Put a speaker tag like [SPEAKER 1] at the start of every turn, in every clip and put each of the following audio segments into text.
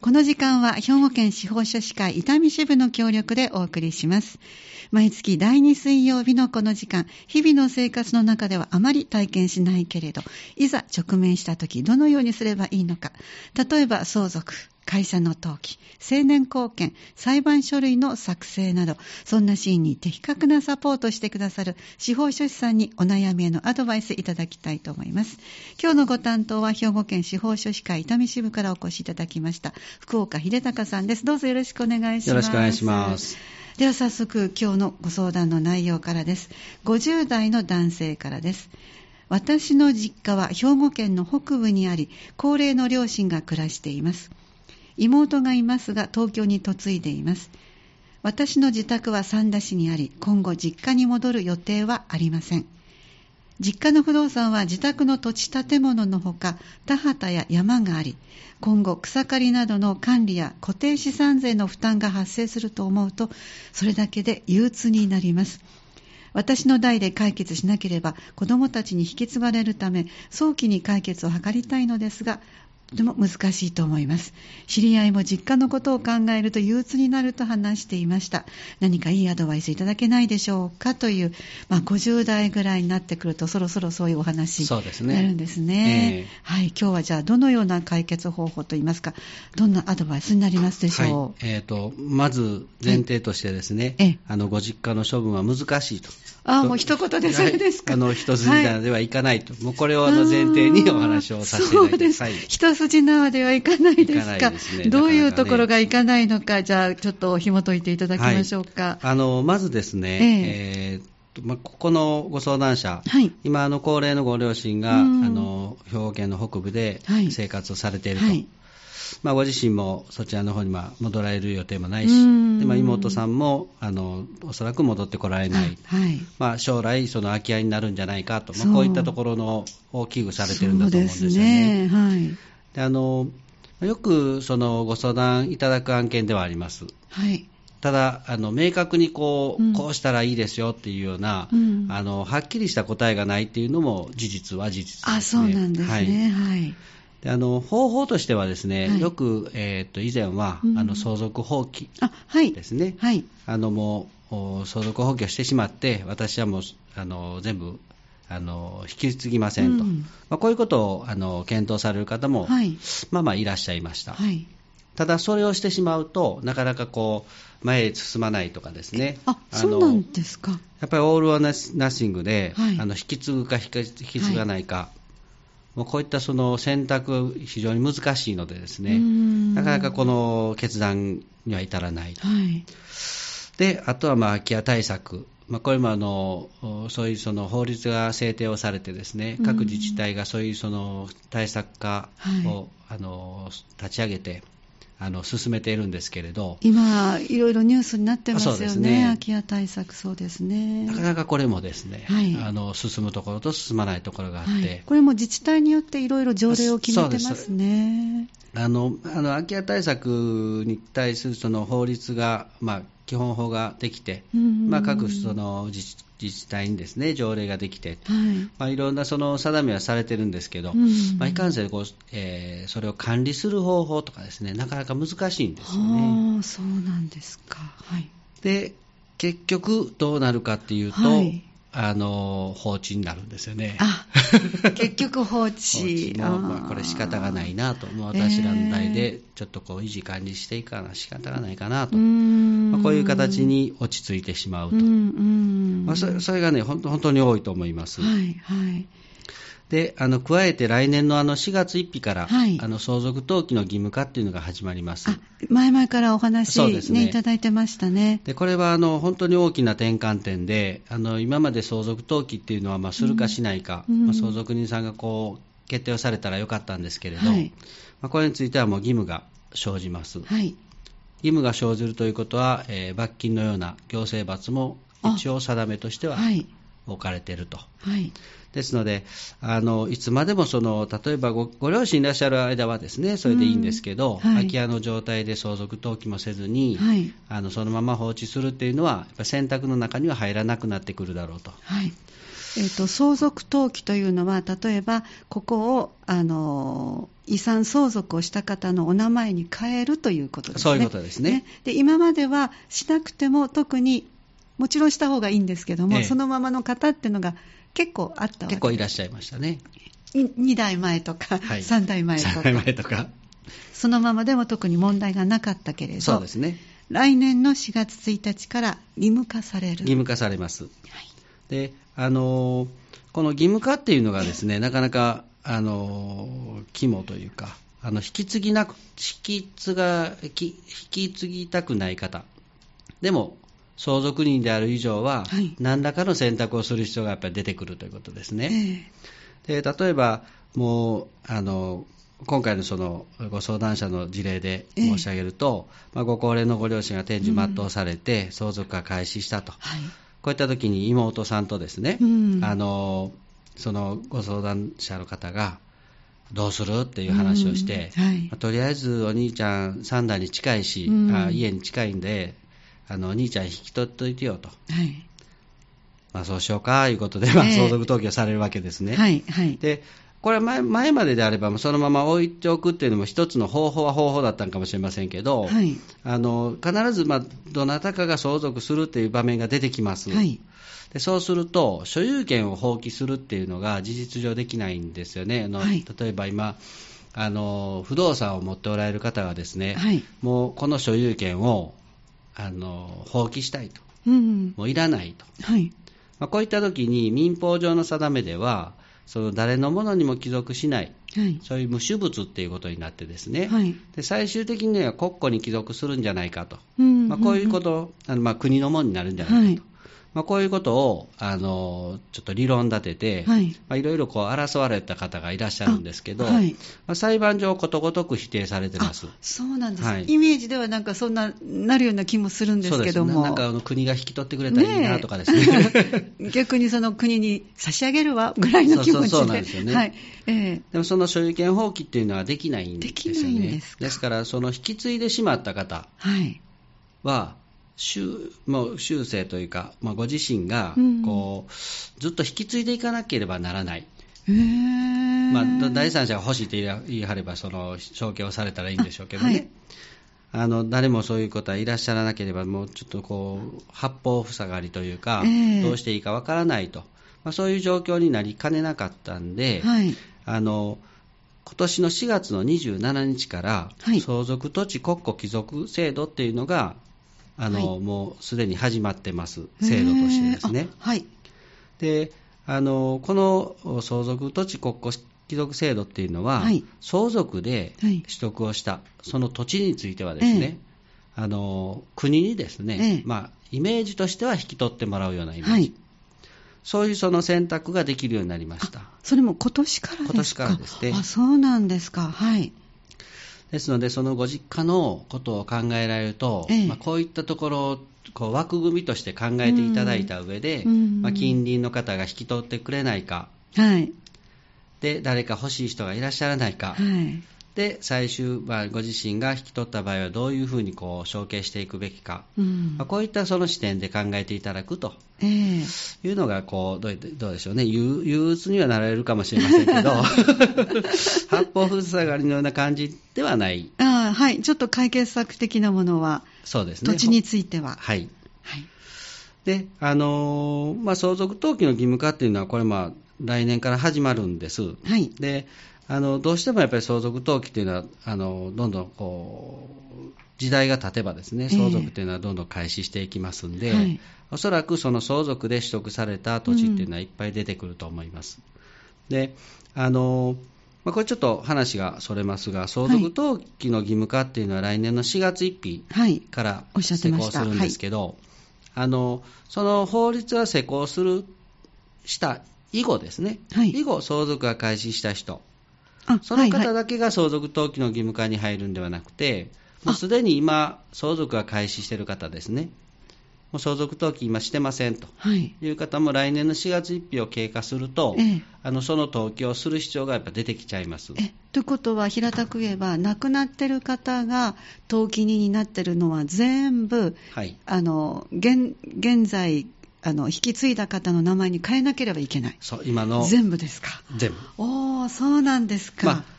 [SPEAKER 1] この時間は兵庫県司法書士会伊丹支部の協力でお送りします。毎月第2水曜日のこの時間、日々の生活の中ではあまり体験しないけれど、いざ直面したときどのようにすればいいのか、例えば相続、会社の登記、成年後見、裁判書類の作成など、そんなシーンに的確なサポートしてくださる司法書士さんにお悩みへのアドバイスいただきたいと思います。今日のご担当は兵庫県司法書士会伊丹支部からお越しいただきました福岡秀隆さんです。どうぞよろしくお願いします。
[SPEAKER 2] よろしくお願いします。
[SPEAKER 1] では早速今日のご相談の内容からです。50代の男性からです。私の実家は兵庫県の北部にあり、高齢の両親が暮らしています。妹がいますが東京に嫁いでいます。私の自宅は三田市にあり、今後実家に戻る予定はありません。実家の不動産は自宅の土地建物のほか田畑や山があり、今後草刈りなどの管理や固定資産税の負担が発生すると思うと、それだけで憂鬱になります。私の代で解決しなければ子どもたちに引き継がれるため、早期に解決を図りたいのですが、とても難しいと思います。知り合いも実家のことを考えると憂鬱になると話していました。何かいいアドバイスいただけないでしょうかという、50代ぐらいになってくるとそろそろそういうお話になるんですね。はい、今日はじゃあどのような解決方法といいますか、どんなアドバイスになりますでしょう。
[SPEAKER 2] はい、まず前提としてですね、ご実家の処分は難しいと。
[SPEAKER 1] もう一言でそれですか。
[SPEAKER 2] 一筋縄ではいかないと、もうこれを前提にお話をさせていただきます。
[SPEAKER 1] そうです。一筋縄ではいかないですか。ですね、どういうところがいかないのか、じゃあちょっと紐解いていただきましょうか。
[SPEAKER 2] まずですね、ここのご相談者、今高齢のご両親が兵庫県の北部で生活をされていると。ご自身もそちらの方に戻られる予定もないし、で妹さんもおそらく戻ってこられない、将来その空き家になるんじゃないかと、こういったところのを危惧されているんだと思うんですよね。でよくそのご相談いただく案件ではあります。ただ明確にこうしたらいいですよっていうような、はっきりした答えがないっていうのも事実は事実ですね。
[SPEAKER 1] そうなんですね。
[SPEAKER 2] で方法としてはですね、よく、以前は相続放棄ですね。もう相続放棄をしてしまって、私はもう全部引き継ぎませんと、こういうことを検討される方も、いらっしゃいました。ただそれをしてしまうとなかなか前へ進まないとかですね。
[SPEAKER 1] そうなんですか。
[SPEAKER 2] やっぱりオール・オア・ナッシングで、引き継ぐか引き継がないか、もうこういったその選択非常に難しいのでですね、なかなかこの決断には至らない。で、あとは空き家対策、これもそういうその法律が制定をされてですね、各自治体がそういうその対策課を、立ち上げて進めているんですけれど、
[SPEAKER 1] 今いろいろニュースになってますよね。空き家対策、そうですね。
[SPEAKER 2] なかなかこれもですね、進むところと進まないところがあって、
[SPEAKER 1] これも自治体によっていろいろ条例を決めてますね。
[SPEAKER 2] 空き家対策に対するその法律が、基本法ができて、各その自治体にですね条例ができて、いろんなその定めはされてるんですけど、いかんせんそれを管理する方法とかですね、なかなか難しいんですよね。
[SPEAKER 1] そうなんですか。
[SPEAKER 2] で結局どうなるかっていうと、放置になるんですよね。
[SPEAKER 1] 結局放置
[SPEAKER 2] もこれ仕方がないなと、私らの代でちょっと維持管理していかな仕方がないかなと、こういう形に落ち着いてしまうと、それがね本当に多いと思います。で加えて来年の4月1日から、相続登記の義務化っていうのが始まります。
[SPEAKER 1] 前々からお話、いただいてましたね。
[SPEAKER 2] でこれは本当に大きな転換点で、今まで相続登記っていうのはするかしないか、相続人さんが決定をされたらよかったんですけれど、これについてはもう義務が生じます。義務が生じるということは、罰金のような行政罰も一応定めとしては置かれていると。ですのでいつまでも例えばご両親いらっしゃる間はですねそれでいいんですけど、空き家の状態で相続登記もせずに、そのまま放置するっていうのはやっぱ選択の中には入らなくなってくるだろうと。
[SPEAKER 1] 相続登記というのは例えばここを遺産相続をした方のお名前に変えるということですね。
[SPEAKER 2] そういうことですね。
[SPEAKER 1] で、今まではしなくても特にもちろんした方がいいんですけども、そのままの方っていうのが結構あったわけです。
[SPEAKER 2] 結構いらっしゃいましたね。
[SPEAKER 1] 2代前とか、はい、3代前とか。
[SPEAKER 2] 3代前とか。
[SPEAKER 1] そのままでも特に問題がなかったけれど、
[SPEAKER 2] そうですね。
[SPEAKER 1] 来年の4月1日から義務化される。
[SPEAKER 2] 義務化されます。はい、で、この義務化っていうのがですね、なかなか、肝というか、引き継ぎたくない方。でも、相続人である以上は、はい、何らかの選択をする必要がやっぱり出てくるということですね。で、例えば、もう、今回のそのご相談者の事例で申し上げると、ご高齢のご両親が天寿全うされて、相続が開始したと。はい、こういった時に妹さんとですね、そのご相談者の方が、どうするっていう話をして、はい、とりあえずお兄ちゃん3代に近いし、家に近いんで、お兄ちゃん引き取っといてよと。はい、そうしようかということで、相続登記をされるわけですね。はいはい、でこれは前までであればそのまま置いておくっていうのも一つの方法だったのかもしれませんけど、はい、必ずどなたかが相続するっていう場面が出てきます。はい、でそうすると所有権を放棄するっていうのが事実上できないんですよね。はい、例えば今不動産を持っておられる方はですね、はい、もうこの所有権を放棄したいと、もういらないと、はい、こういった時に民法上の定めではその誰のものにも帰属しない、はい、そういう無主物っていうことになってですね、はい、で最終的には国庫に帰属するんじゃないかと、こういうこと国のものになるんじゃないかと、こういうことをちょっと理論立てて、はいろいろ争われた方がいらっしゃるんですけど、はい裁判上ことごとく否定されてます。
[SPEAKER 1] そうなんです、はい、イメージではなんかそんなるような気もするんですけども、
[SPEAKER 2] そうですね、なんか国が引き取ってくれたらいいなとかですね、
[SPEAKER 1] 逆にその国に差し上げるわぐらいの気持ちで、
[SPEAKER 2] そうなんですよね、はいでもその所有権放棄っていうのはできないんですよね。できないんですか。ですからその引き継いでしまった方は、もう終生というか、ご自身がずっと引き継いでいかなければならない。第三者が欲しいと言い張ればその承継をされたらいいんでしょうけどね、はい、誰もそういうことはいらっしゃらなければもうちょっと八方塞がりというか、どうしていいかわからないと、そういう状況になりかねなかったんで、はい、今年の4月の27日から、相続土地国庫帰属制度っていうのがもうすでに始まってます、制度としてですね。はい、でこの相続土地国庫帰属制度っていうのは、はい、相続で取得をした、その土地についてはですね、国にですね、イメージとしては引き取ってもらうようなイメージ、はい、そういうその選択ができるようになりました。
[SPEAKER 1] それも今年からですか。
[SPEAKER 2] 今年からですね。
[SPEAKER 1] そうなんですか。はい。
[SPEAKER 2] ですのでそのご実家のことを考えられると、こういったところを枠組みとして考えていただいた上で、近隣の方が引き取ってくれないか、はい、で誰か欲しい人がいらっしゃらないか、はい、で最終、ご自身が引き取った場合はどういうふうに承継していくべきか、こういったその視点で考えていただくというのがどうでしょうね、憂鬱にはなられるかもしれませんけど八方塞がりのような感じではない。
[SPEAKER 1] はい、ちょっと解決策的なものは、そうですね、土地については、
[SPEAKER 2] はい、はい、で相続登記の義務化っていうのはこれ来年から始まるんです。はい、でどうしてもやっぱり相続登記というのはどんどん時代が経てばですね、相続というのはどんどん開始していきますんで、はい、おそらくその相続で取得された土地っていうのはいっぱい出てくると思います。でこれちょっと話がそれますが、相続登記の義務化っていうのは来年の4月1日から施行するんですけど、その法律が施行した以後ですね、以後相続が開始した人、その方だけが相続登記の義務化に入るんではなくて、もうすでに今相続が開始している方ですね、もう相続登記今してませんという方も来年の4月1日を経過すると、その登記をする必要がやっぱ出てきちゃいます。
[SPEAKER 1] ということは平たく言えば亡くなっている方が登記人になっているのは全部、はい、現在引き継いだ方の名前に変えなければいけない。
[SPEAKER 2] そう今の
[SPEAKER 1] 全部ですか。
[SPEAKER 2] 全部。
[SPEAKER 1] そうなんですか。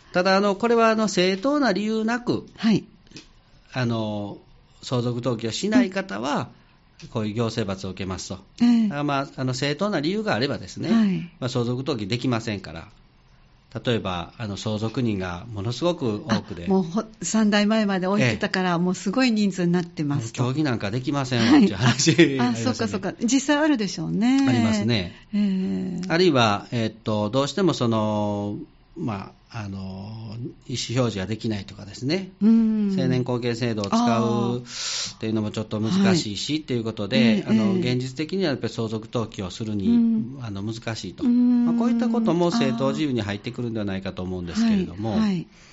[SPEAKER 2] ただこれは正当な理由なく、
[SPEAKER 1] はい、
[SPEAKER 2] 相続登記をしない方は、こういう行政罰を受けますと、正当な理由があればですね、はい、相続登記できませんから、例えば相続人がものすごく多くで、
[SPEAKER 1] もう3代前まで置いてたから、もうすごい人数になってますと、
[SPEAKER 2] 協議なんかできませんわっていう話、
[SPEAKER 1] はい、そうかそうか、実際あるでしょうね。
[SPEAKER 2] ありますね。あるいは、どうしても意思表示ができないとかですね、成年後見制度を使うっていうのもちょっと難しいし、ということで、現実的にはやっぱり相続登記をするに、難しいと、こういったことも正当事由に入ってくるんではないかと思うんですけれども、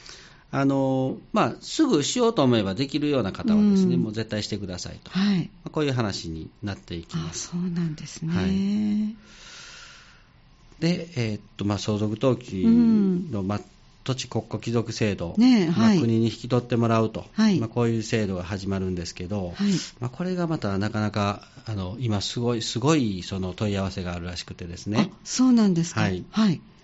[SPEAKER 2] すぐしようと思えばできるような方はですね、もう絶対してくださいと、こういう話になっていきます。
[SPEAKER 1] そうなんですね。
[SPEAKER 2] はい、で、相続登記の、土地国庫帰属制度、国に引き取ってもらうと、こういう制度が始まるんですけど、これがまたなかなか今すごいその問い合わせがあるらしくてですね。
[SPEAKER 1] そうなんですか。はい。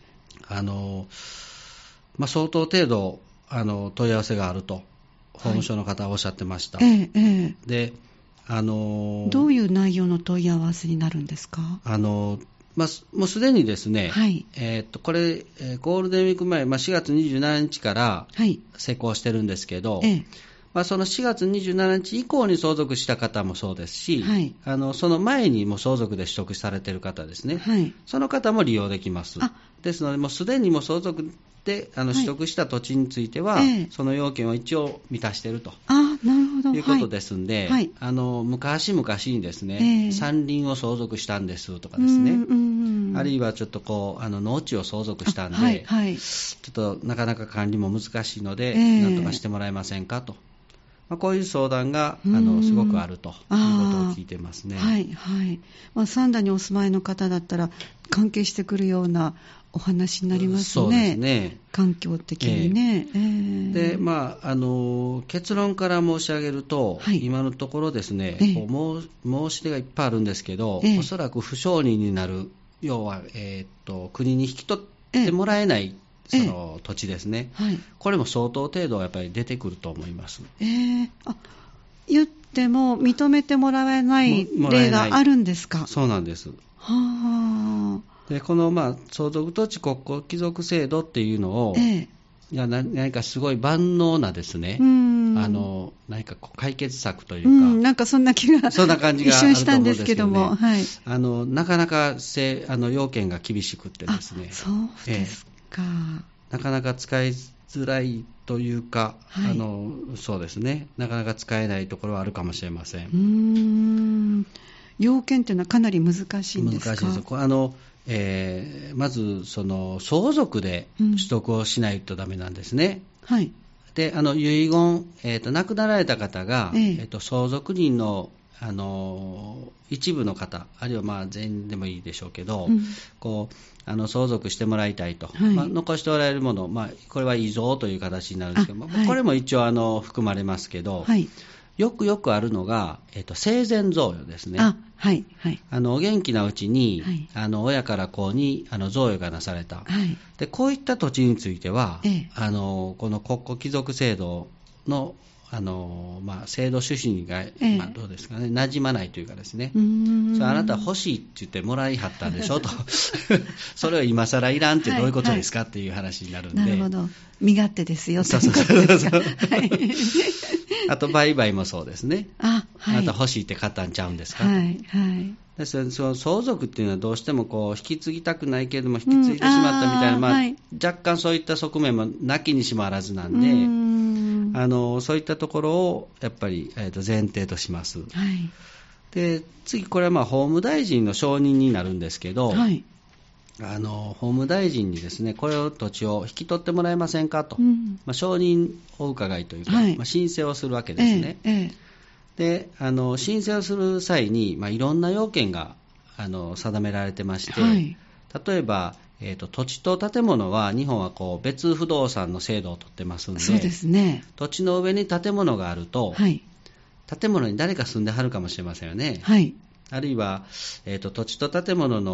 [SPEAKER 2] 相当程度問い合わせがあると法務省の方はおっしゃってました。で、
[SPEAKER 1] どういう内容の問い合わせになるんですか？
[SPEAKER 2] もうすでにですね、これ、ゴールデンウィーク前、4月27日から施行してるんですけど、その4月27日以降に相続した方もそうですし、その前にも相続で取得されている方ですね、その方も利用できます。ですので、もうすでにもう相続で取得した土地については、その要件を一応満たしているということですので、昔々にですね、山林を相続したんですとかですね、あるいはちょっと農地を相続したんで、ちょっとなかなか管理も難しいので、なんとかしてもらえませんかと。こういう相談がすごくあるということを聞いてますね。
[SPEAKER 1] 三田にお住まいの方だったら関係してくるようなお話になりますね。
[SPEAKER 2] そうですね。
[SPEAKER 1] 環境的にね。
[SPEAKER 2] で、結論から申し上げると、今のところですね、申し出がいっぱいあるんですけど、おそらく不承認になる、要は、国に引き取ってもらえないその土地ですね、これも相当程度やっぱり出てくると思います。
[SPEAKER 1] 言っても認めてもらえない例があるんですか？
[SPEAKER 2] そうなんです。でこの相続土地国庫帰属制度っていうのを、何かすごい万能なですね、何か解決策というか、
[SPEAKER 1] なんかそんな気が
[SPEAKER 2] そんな感じが
[SPEAKER 1] 一瞬したんですけども、
[SPEAKER 2] なかなか要件が厳しくってですね、
[SPEAKER 1] そうですか、
[SPEAKER 2] なかなか使いづらいというか、そうですね、なかなか使えないところはあるかもしれません。
[SPEAKER 1] 要件というのはかなり難しいんですか？
[SPEAKER 2] 難しいです。まず相続で取得をしないとダメなんですね。で遺言、亡くなられた方が、相続人の一部の方、あるいは全員でもいいでしょうけど、相続してもらいたいと、残しておられるもの、これは遺贈という形になるんですけど、これも一応含まれますけど、よくあるのが、生前贈与ですね。お元気なうちに、親から子に贈与がなされた、でこういった土地については、この国庫帰属制度の制度趣旨が、どうですかね、馴染まないというかですね、それあなた欲しいって言ってもらいはったんでしょとそれを今更いらんってどういうことですかっていう話になるんで、
[SPEAKER 1] なるほど、身勝手ですよということですか。
[SPEAKER 2] あと売買もそうですね、あなた欲しいって買ったんちゃうんですかと、ですのでその相続っていうのはどうしても引き継ぎたくないけれども引き継いでしまったみたいな、若干そういった側面もなきにしもあらずなんで、そういったところをやっぱり、前提とします。で次、これは法務大臣の承認になるんですけど、法務大臣にですね、これを土地を引き取ってもらえませんかと、承認お伺いというか、申請をするわけですね。で申請をする際に、いろんな要件が定められてまして、例えば土地と建物は日本は別不動産の制度を取ってますので、
[SPEAKER 1] そうですね、
[SPEAKER 2] 土地の上に建物があると、建物に誰か住んではるかもしれませんよね。あるいは、土地と建物の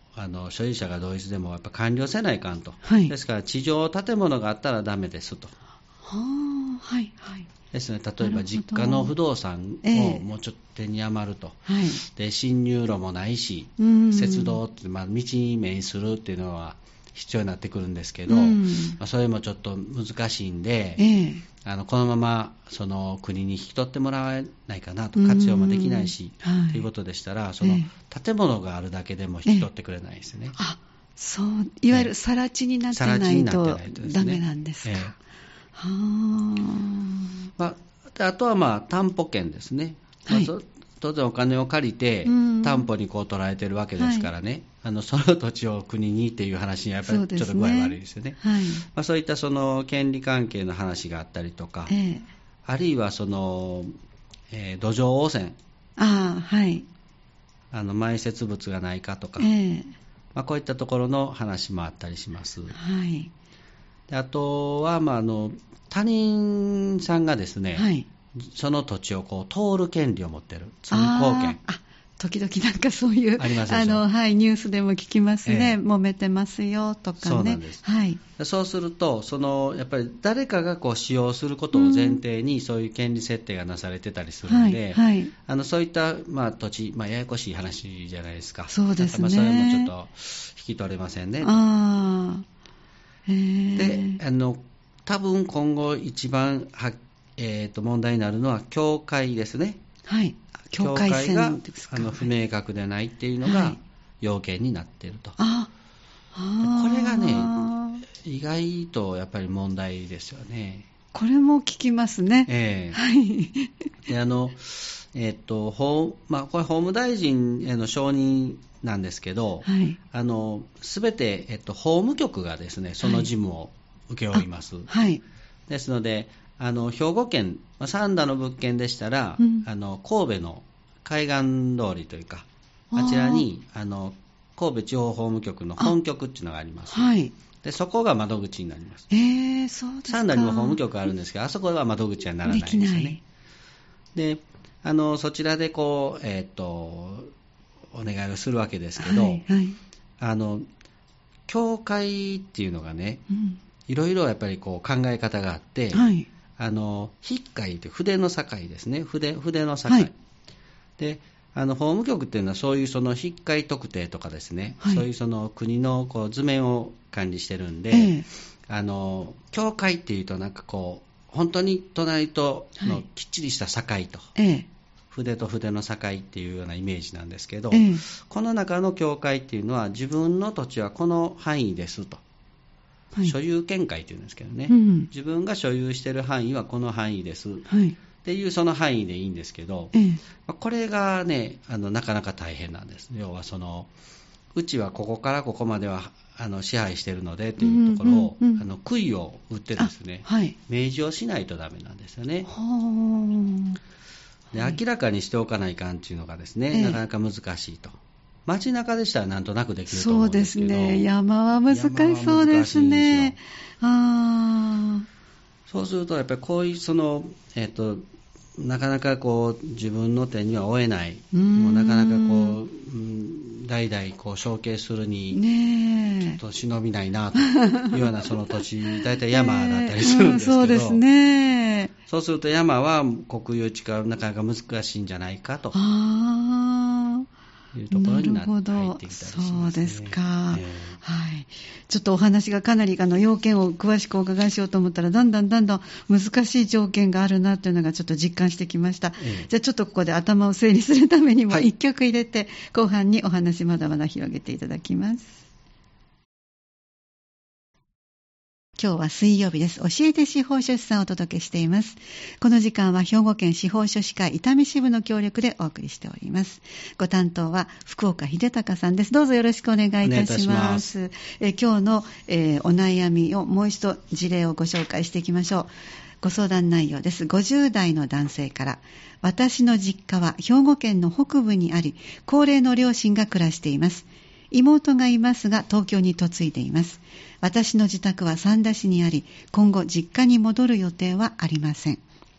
[SPEAKER 2] 所有者が同意でもやっぱ完了せないかんと、
[SPEAKER 1] はい、
[SPEAKER 2] ですから地上建物があったらダメですと。
[SPEAKER 1] はいはい、
[SPEAKER 2] ですね、例えば実家の不動産をもうちょっと手に余ると、で進入路もないし、鉄道って、道に面するっていうのは必要になってくるんですけど、それもちょっと難しいんで、このままその国に引き取ってもらえないかなと、活用もできないし、ということでしたら、その建物があるだけでも引き取ってくれないですね。
[SPEAKER 1] そう、いわゆる更地になってないとダメなんですか。
[SPEAKER 2] あとは担保権ですね。当然お金を借りて担保に捉えてるわけですからね、その土地を国にっていう話にはやっぱりちょっと具合悪いですよね。そういったその権利関係の話があったりとか、あるいはその、土壌汚染、埋設物がないかとか、こういったところの話もあったりします。であとは、他人さんがですね、その土地を通る権利を持っている、通行権。
[SPEAKER 1] 時々なんかそういうニュースでも聞きますね、揉めてますよとかね。
[SPEAKER 2] そうなんです、そうするとやっぱり誰かが使用することを前提にそういう権利設定がなされてたりするので、そういった、土地、ややこしい話じゃないですか。
[SPEAKER 1] そうですね。
[SPEAKER 2] それもちょっと引き取れませんね。で多分今後一番問題になるのは境界ですね。境界が不明確でないっていうのが要件になっていると。これがね、意外とやっぱり問題ですよね。
[SPEAKER 1] これも聞きますね。
[SPEAKER 2] でこれ法務大臣への承認なんですけど、すべて、法務局がですね、その事務を請け負います。ですので、兵庫県、三田の物件でしたら、神戸の海岸通りというか、あちらに神戸地方法務局の本局っていうのがあります。でそこが窓口になります。
[SPEAKER 1] そうですか。
[SPEAKER 2] 三田にも法務局あるんですけど、あそこは窓口はならないんですよね。でそちらでお願いをするわけですけど、境界っていうのがね、いろいろやっぱり考え方があって、筆界という筆の境ですね、筆の境、で法務局っていうのはそういうその筆界特定とかですね、そういうその国の図面を管理してるんで、境界っていうとなんか本当に隣とのきっちりした境と、筆と筆の境っていうようなイメージなんですけど、この中の境界っていうのは自分の土地はこの範囲ですと、所有権界っていうんですけどね、自分が所有している範囲はこの範囲です、っていうその範囲でいいんですけど、これがねなかなか大変なんです。要はうちはここからここまでは支配しているのでというところを、杭を打ってですね、明示をしないとダメなんですよね。で明らかにしておかないかんっていうのがですね、なかなか難しいと。街中でしたらなんとなくできると思うんですけど、
[SPEAKER 1] そうですね、山は難しそうですね。
[SPEAKER 2] そうするとやっぱりこういうなかなか自分の手には負えない、もうなかなか代々承継するにちょっと忍びないなというようなその土地、大体山だったりするんですけど、
[SPEAKER 1] そうですね。
[SPEAKER 2] そうすると山は国有地化はなかなか難しいんじゃないかというところに入ってきたりしますね。
[SPEAKER 1] そうですか。ちょっとお話がかなり要件を詳しくお伺いしようと思ったらだんだん難しい条件があるなというのがちょっと実感してきました。じゃあちょっとここで頭を整理するためにも一曲入れて、後半にお話まだまだ広げていただきます。今日は水曜日です。教えて司法書士さんをお届けしています。この時間は兵庫県司法書士会伊丹支部の協力でお送りしております。ご担当は福岡秀隆さんです。どうぞよろしくお願いいたします。今日の、お悩みをもう一度事例をご紹介していきましょう。ご相談内容です。50代の男性から、私の実家は兵庫県の北部にあり、高齢の両親が暮らしています。妹がいますが東京に嫁いでいます。私の自宅は三田市にあり、今後実家に戻る予定はありません。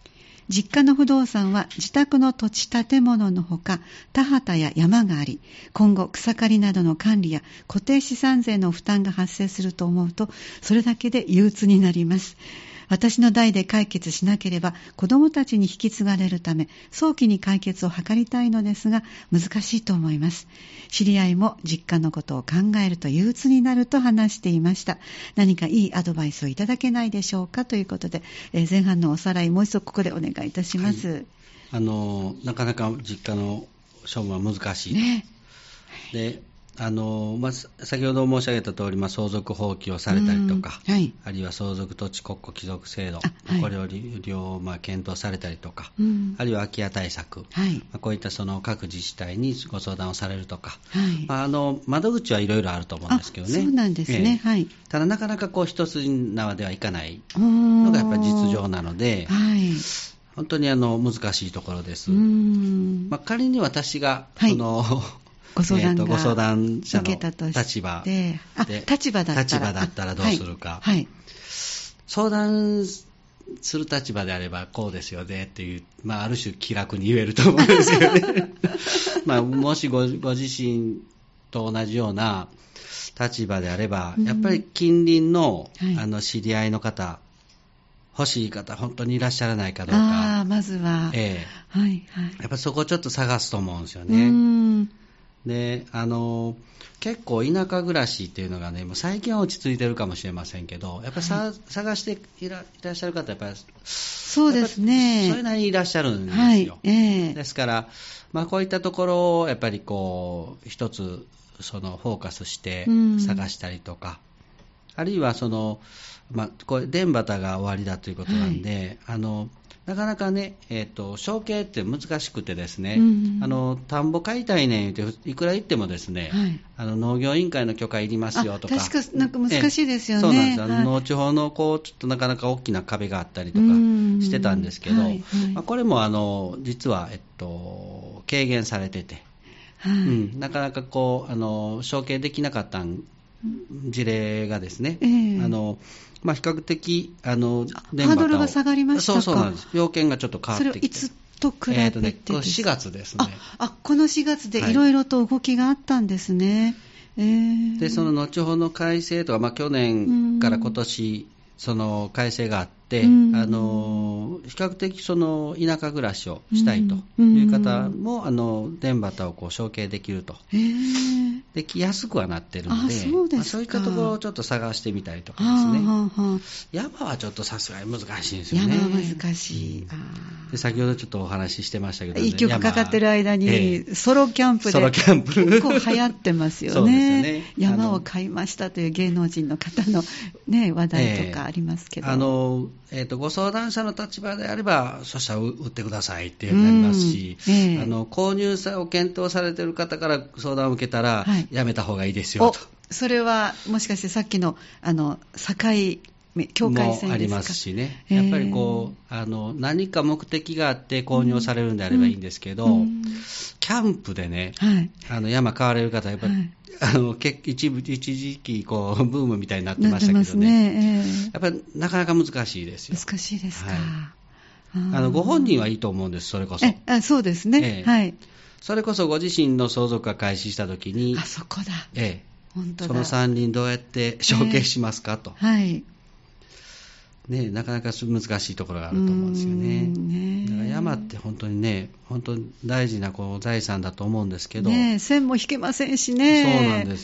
[SPEAKER 1] 実家の不動産は自宅の土地建物のほか田畑や山があり、今後草刈りなどの管理や固定資産税の負担が発生すると思うと、それだけで憂鬱になります。私の代で解決しなければ子どもたちに引き継がれるため、早期に解決を図りたいのですが難しいと思います。知り合いも実家のことを考えると憂鬱になると話していました。何かいいアドバイスをいただけないでしょうかということで、前半のおさらいもう一度ここでお願いいたします。
[SPEAKER 2] はい、なかなか実家の処分は難しい、ね、で先ほど申し上げた通り、相続放棄をされたりとか、はい、あるいは相続土地国庫帰属制度、これを検討されたりとか、あるいは空き家対策、はい、こういったその各自治体にご相談をされるとか、はい、窓口はいろいろあると思うんですけどね。
[SPEAKER 1] そうなんですね、はい、
[SPEAKER 2] ただなかなか一筋縄ではいかないのがやっぱり実情なので、はい、本当に難しいところです。仮に私が、はい、
[SPEAKER 1] ご相談
[SPEAKER 2] 者の立場で
[SPEAKER 1] 立場だ
[SPEAKER 2] ったらどうするか、はいはい、相談する立場であればこうですよねっていう、ある種気楽に言えると思うんですよねもしご自身と同じような立場であれば、やっぱり近隣の、知り合いの方、欲しい方本当にいらっしゃらないかどうか、
[SPEAKER 1] まずは、はいはい、
[SPEAKER 2] やっぱりそこをちょっと探すと思うんですよね。で結構田舎暮らしっていうのがね、もう最近は落ち着いてるかもしれませんけど、やっぱり探していらっしゃる方、やっぱり
[SPEAKER 1] そうですね、
[SPEAKER 2] それなりにいらっしゃるんですよ、はい、ですから、こういったところをやっぱり一つフォーカスして探したりとか、あるいはこれ田畑が終わりだということなんで、はい、なかなかね、承継って難しくてですね、田んぼ買いたいねんっていくら言ってもですね、はい、農業委員会の許可いりますよとか、
[SPEAKER 1] 確かなんか難しいですよね。
[SPEAKER 2] そうなんですよ、はい、農地法のちょっとなかなか大きな壁があったりとかしてたんですけど、はいはい、これも実は、軽減されてて、はい、なかなか承継できなかった事例がですね、比較的ハ
[SPEAKER 1] ードルが下がりましたか。
[SPEAKER 2] そうなんです。要件がちょっと変わってきて、
[SPEAKER 1] それをいつと比べてです
[SPEAKER 2] 4月ですね。
[SPEAKER 1] この4月でいろいろと動きがあったんですね。
[SPEAKER 2] でその後ほどの改正とか、去年から今年その改正があって、比較的田舎暮らしをしたいという方も田畑を承継できると、できやすくはなってるので、そういったところをちょっと探してみたりとかですね。山はちょっとさすがに難しいんですよね。
[SPEAKER 1] 山は難しい。
[SPEAKER 2] で先ほどちょっとお話ししてましたけど、
[SPEAKER 1] 一曲かかってる間にソロキャンプで結構流行ってますよね。そうですよね。山を買いましたという芸能人の方の、話題とかありますけど、
[SPEAKER 2] ご相談者の立場であれば、そしたら売ってくださいっていうふうになりますし、購入を検討されている方から相談を受けたら、やめた方がいいですよと。
[SPEAKER 1] それはもしかしてさっきの境界線ですか。も
[SPEAKER 2] ありますしね、やっぱり何か目的があって購入されるんであればいいんですけど、キャンプでね、山買われる方はやっぱり、一時期ブームみたいになってましたけどね、やっぱりなかなか難しいですよ。
[SPEAKER 1] 難しいですか。
[SPEAKER 2] ご本人はいいと思うんです。それこそ
[SPEAKER 1] そうですね、はい。
[SPEAKER 2] それこそご自身の相続が開始したときに、
[SPEAKER 1] そこだ、本当だ、
[SPEAKER 2] その山林どうやって承継しますかと、
[SPEAKER 1] はい
[SPEAKER 2] なかなか難しいところがあると思うんですよね。だから山って本当にね、本当に大事な財産だと思うんですけど、
[SPEAKER 1] 線も引けませんしね。
[SPEAKER 2] そうなんです。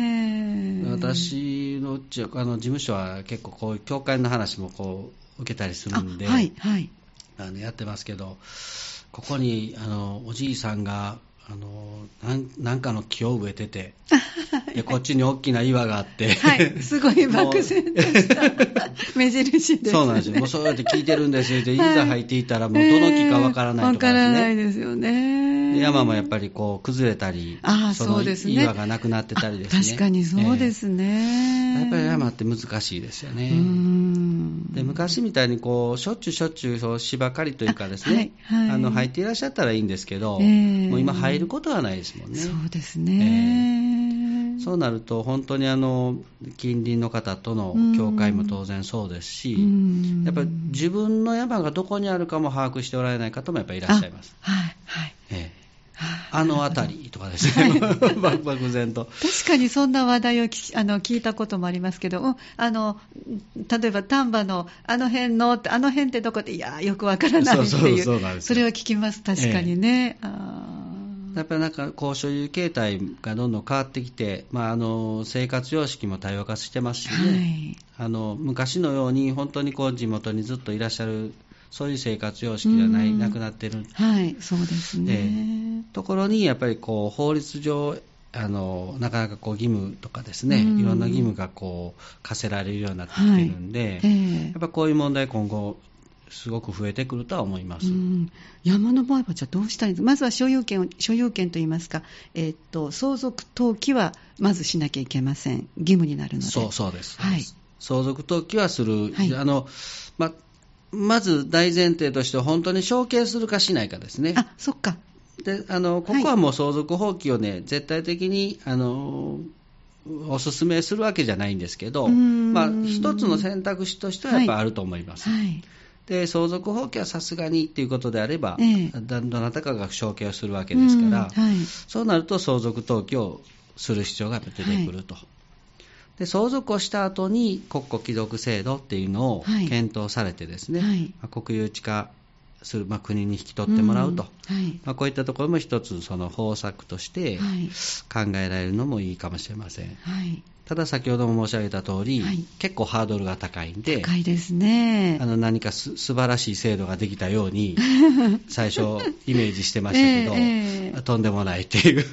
[SPEAKER 2] 私の事務所は結構こういう教会の話も受けたりするんで、やってますけど、ここにおじいさんがなんかの木を植えててでこっちに大きな岩があって、
[SPEAKER 1] すごい漠然とした目印ですね。
[SPEAKER 2] そうなんですよ。もうそうやって聞いてるんですよ。でいざ入っていたらもうどの木かわからないとかですね。
[SPEAKER 1] わからないですよね。
[SPEAKER 2] で山もやっぱり崩れたり、その岩がなくなってたりですね。
[SPEAKER 1] 確かにそうですね。
[SPEAKER 2] やっぱり山って難しいですよね。で昔みたいにしょっちゅう芝刈りというかですね、入っていらっしゃったらいいんですけど、もう今入ることはないですもんね。
[SPEAKER 1] そうですね。
[SPEAKER 2] そうなると本当に近隣の方との境界も当然そうですし、やっぱり自分の山がどこにあるかも把握しておられない方もやっぱりいらっしゃいます。
[SPEAKER 1] はいはい、
[SPEAKER 2] 辺りとかですね、漠然と。
[SPEAKER 1] 確かにそんな話題を聞いたこともありますけど、例えば丹波の辺ってどこで、いやよくわからないっていう、それは聞きます、確かにね。
[SPEAKER 2] やっぱりなんかこう所有形態がどんどん変わってきて、生活様式も多様化してますしね、昔のように本当にこう地元にずっといらっしゃるそういう生活様式ではなくなっている、
[SPEAKER 1] そうですね、
[SPEAKER 2] ところにやっぱりこう法律上なかなかこう義務とかですね、いろんな義務がこう課せられるようになってきているんで、やっぱこういう問題今後すごく増えてくるとは思います。
[SPEAKER 1] 山の場合はじゃあどうしたらいいんですか。まずは所有権といいますか、相続登記はまずしなきゃいけません。義務になるので。
[SPEAKER 2] そうです、相続登記はする、まず大前提として本当に承継するかしないかですね。
[SPEAKER 1] そっか。
[SPEAKER 2] でここはもう相続放棄をね、絶対的にお勧めするわけじゃないんですけど、一つの選択肢としてはやっぱりあると思います。で相続放棄はさすがにということであれば、どなたかが承継をするわけですから、そうなると相続登記をする必要が出てくると。で相続をした後に国庫帰属制度っていうのを検討されてですね、国有地化する、国に引き取ってもらうと、こういったところも一つその方策として考えられるのもいいかもしれません。ただ先ほども申し上げた通り、結構ハードルが高いんで、
[SPEAKER 1] 高いですね。
[SPEAKER 2] 何か素晴らしい制度ができたように最初イメージしてましたけど、とんでもないっていう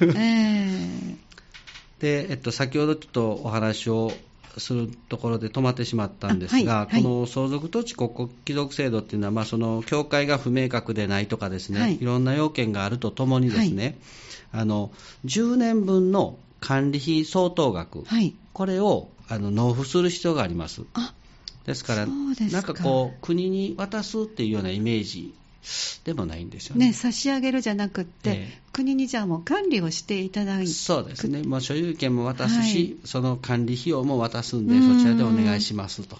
[SPEAKER 2] で、先ほどちょっとお話をするところで止まってしまったんですが、この相続土地国庫帰属制度っていうのは、その境界が不明確でないとかですね、いろんな要件があるとともにですね、10年分の管理費相当額、これを納付する必要があります。ですから、なんかこう国に渡すっていうようなイメージでもないんですよね。
[SPEAKER 1] 差し上げるじゃなくって、国にじゃあもう管理をしていただいて、
[SPEAKER 2] そうですね、もう所有権も渡すし、その管理費用も渡すんで、そちらでお願いしますと。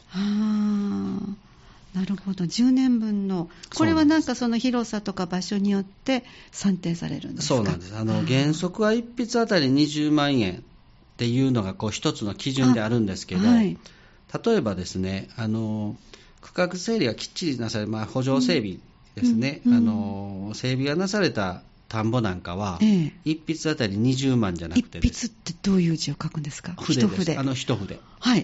[SPEAKER 1] なるほど。10年分の、これはなんかその広さとか場所によって算定されるんですか。
[SPEAKER 2] そうなんです。原則は一筆あたり20万円っていうのがこう一つの基準であるんですけど、例えばですね、区画整理がきっちりなされる、補助整備ですね、整備がなされた田んぼなんかは、一筆あたり20万じゃなくて、
[SPEAKER 1] 一筆ってどういう字を書くんですか。
[SPEAKER 2] 筆です。一筆。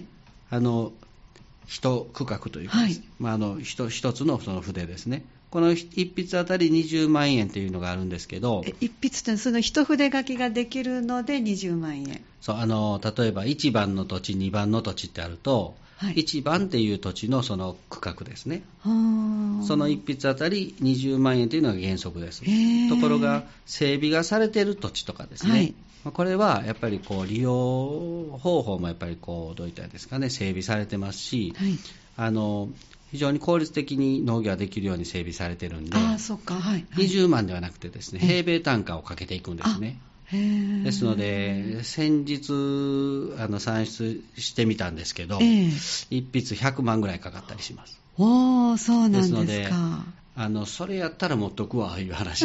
[SPEAKER 2] 一区画というかですね、一つのその筆ですね。この一筆あたり20万円というのがあるんですけど、
[SPEAKER 1] 一筆ってその一筆書きができるので20万円。
[SPEAKER 2] そう、例えば1番の土地、2番の土地ってあると、1番っていう土地のその区画ですね。その一筆あたり20万円というのが原則です。ところが整備がされている土地とかですね、これはやっぱりこう利用方法もやっぱりこうどういったですかね、整備されてますし、非常に効率的に農業ができるように整備されてるんで、20万ではなくてですね、平米単価をかけていくんですね。ですので先日算出してみたんですけど、一筆100万ぐらいかかったりします。
[SPEAKER 1] そうなんですか。
[SPEAKER 2] ですのでそれやったら持っとくわいう話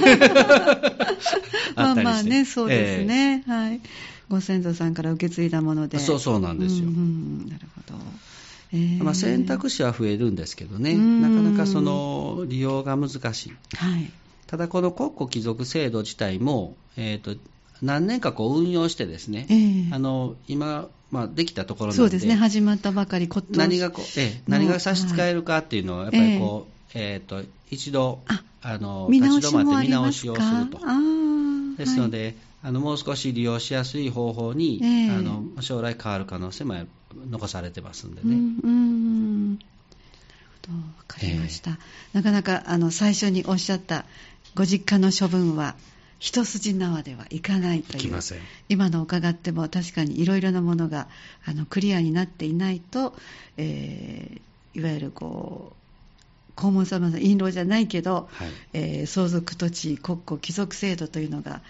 [SPEAKER 2] あったりして。
[SPEAKER 1] そうですね、ご先祖さんから受け継いだもので。
[SPEAKER 2] そうなんですよ。
[SPEAKER 1] なるほど。
[SPEAKER 2] 選択肢は増えるんですけどね、なかなかその利用が難しい。ただこの国庫帰属制度自体も、何年かこう運用してですね、今、できたところなので、
[SPEAKER 1] そうですね、始まったばかり、
[SPEAKER 2] 何が差し支えるかっていうのはやっぱりこう、一度立ち止まって見直しをすると。ですので、もう少し利用しやすい方法に、将来変わる可能性も残されてますんでね。
[SPEAKER 1] わかりました。なかなか最初におっしゃったご実家の処分は一筋縄ではいかないという、今の伺っても確かにいろいろなものがクリアになっていないと、いわゆるこう黄門様の印籠じゃないけど、相続土地国庫帰属制度というのが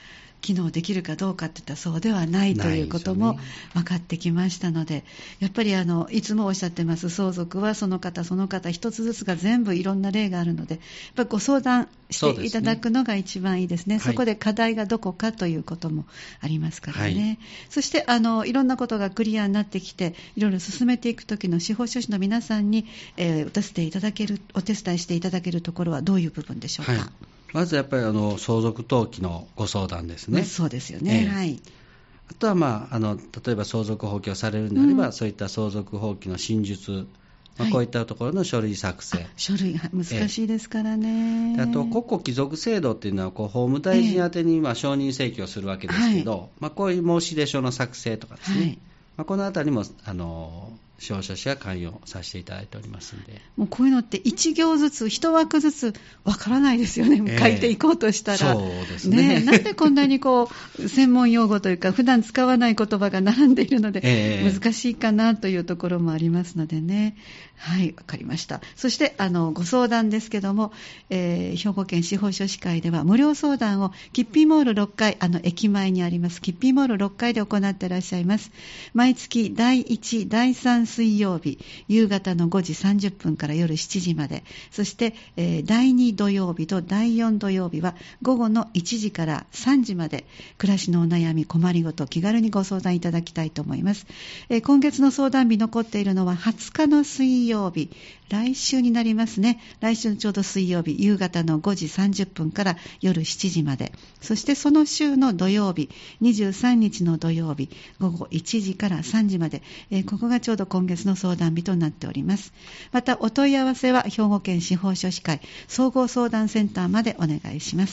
[SPEAKER 1] 機能できるかどうかっていったらそうではないということも分かってきましたので、やっぱりいつもおっしゃってます相続はその方その方一つずつが全部いろんな例があるので、やっぱりご相談していただくのが一番いいですね。そこで課題がどこかということもありますからね、はい、そしていろんなことがクリアになってきていろいろ進めていくときの司法書士の皆さんに、お手伝いしていただけるところはどういう部分でしょうか。はい、
[SPEAKER 2] まずやっぱり相続登記のご相談ですね。
[SPEAKER 1] そうですよね、はい。
[SPEAKER 2] あとは、例えば相続放棄をされるのであれば、そういった相続放棄の真実、こういったところの書類作成、
[SPEAKER 1] 書類難しいですからね。
[SPEAKER 2] あと国庫帰属制度っていうのは法務大臣宛てに承認請求をするわけですけど、こういう申出書の作成とかですね、このあたりも司法書士が関与させていただいておりますので、
[SPEAKER 1] もうこういうのって1行ずつ1枠ずつわからないですよね、書いていこうとしたら、
[SPEAKER 2] そうですね。
[SPEAKER 1] なんでこんなに専門用語というか普段使わない言葉が並んでいるので、難しいかなというところもありますのでね。はい、わかりました。そしてご相談ですけども、兵庫県司法書士会では無料相談をキッピーモール6階駅前にありますキッピーモール6階で行っていらっしゃいます。毎月第1、第3水曜日夕方の5時30分から夜7時まで、そして第2土曜日と第4土曜日は午後の1時から3時まで暮らしのお悩み困りごと気軽にご相談いただきたいと思います。今月の相談日残っているのは20日の水曜日、来週になりますね。来週のちょうど水曜日夕方の5時30分から夜7時まで、そしてその週の土曜日23日の土曜日午後1時から3時まで、ここがちょうど今月の相談日となっております。またお問い合わせは兵庫県司法書士会総合相談センターまでお願いします。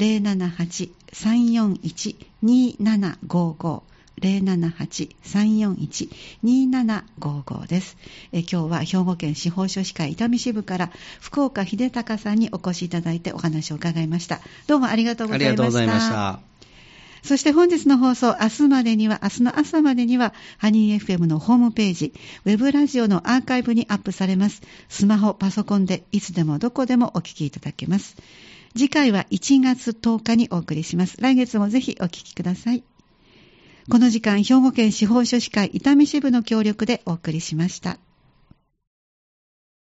[SPEAKER 1] 078-341-2755 078-341-2755 です。今日は兵庫県司法書士会伊丹支部から福岡秀隆さんにお越しいただいてお話を伺いました。どうもありがとうございました。
[SPEAKER 2] ありがとうございました。
[SPEAKER 1] そして本日の放送、明日の朝までにはハニー FM のホームページ、ウェブラジオのアーカイブにアップされます。スマホ、パソコンでいつでもどこでもお聞きいただけます。次回は1月10日にお送りします。来月もぜひお聞きください。この時間、兵庫県司法書士会伊丹支部の協力でお送りしました。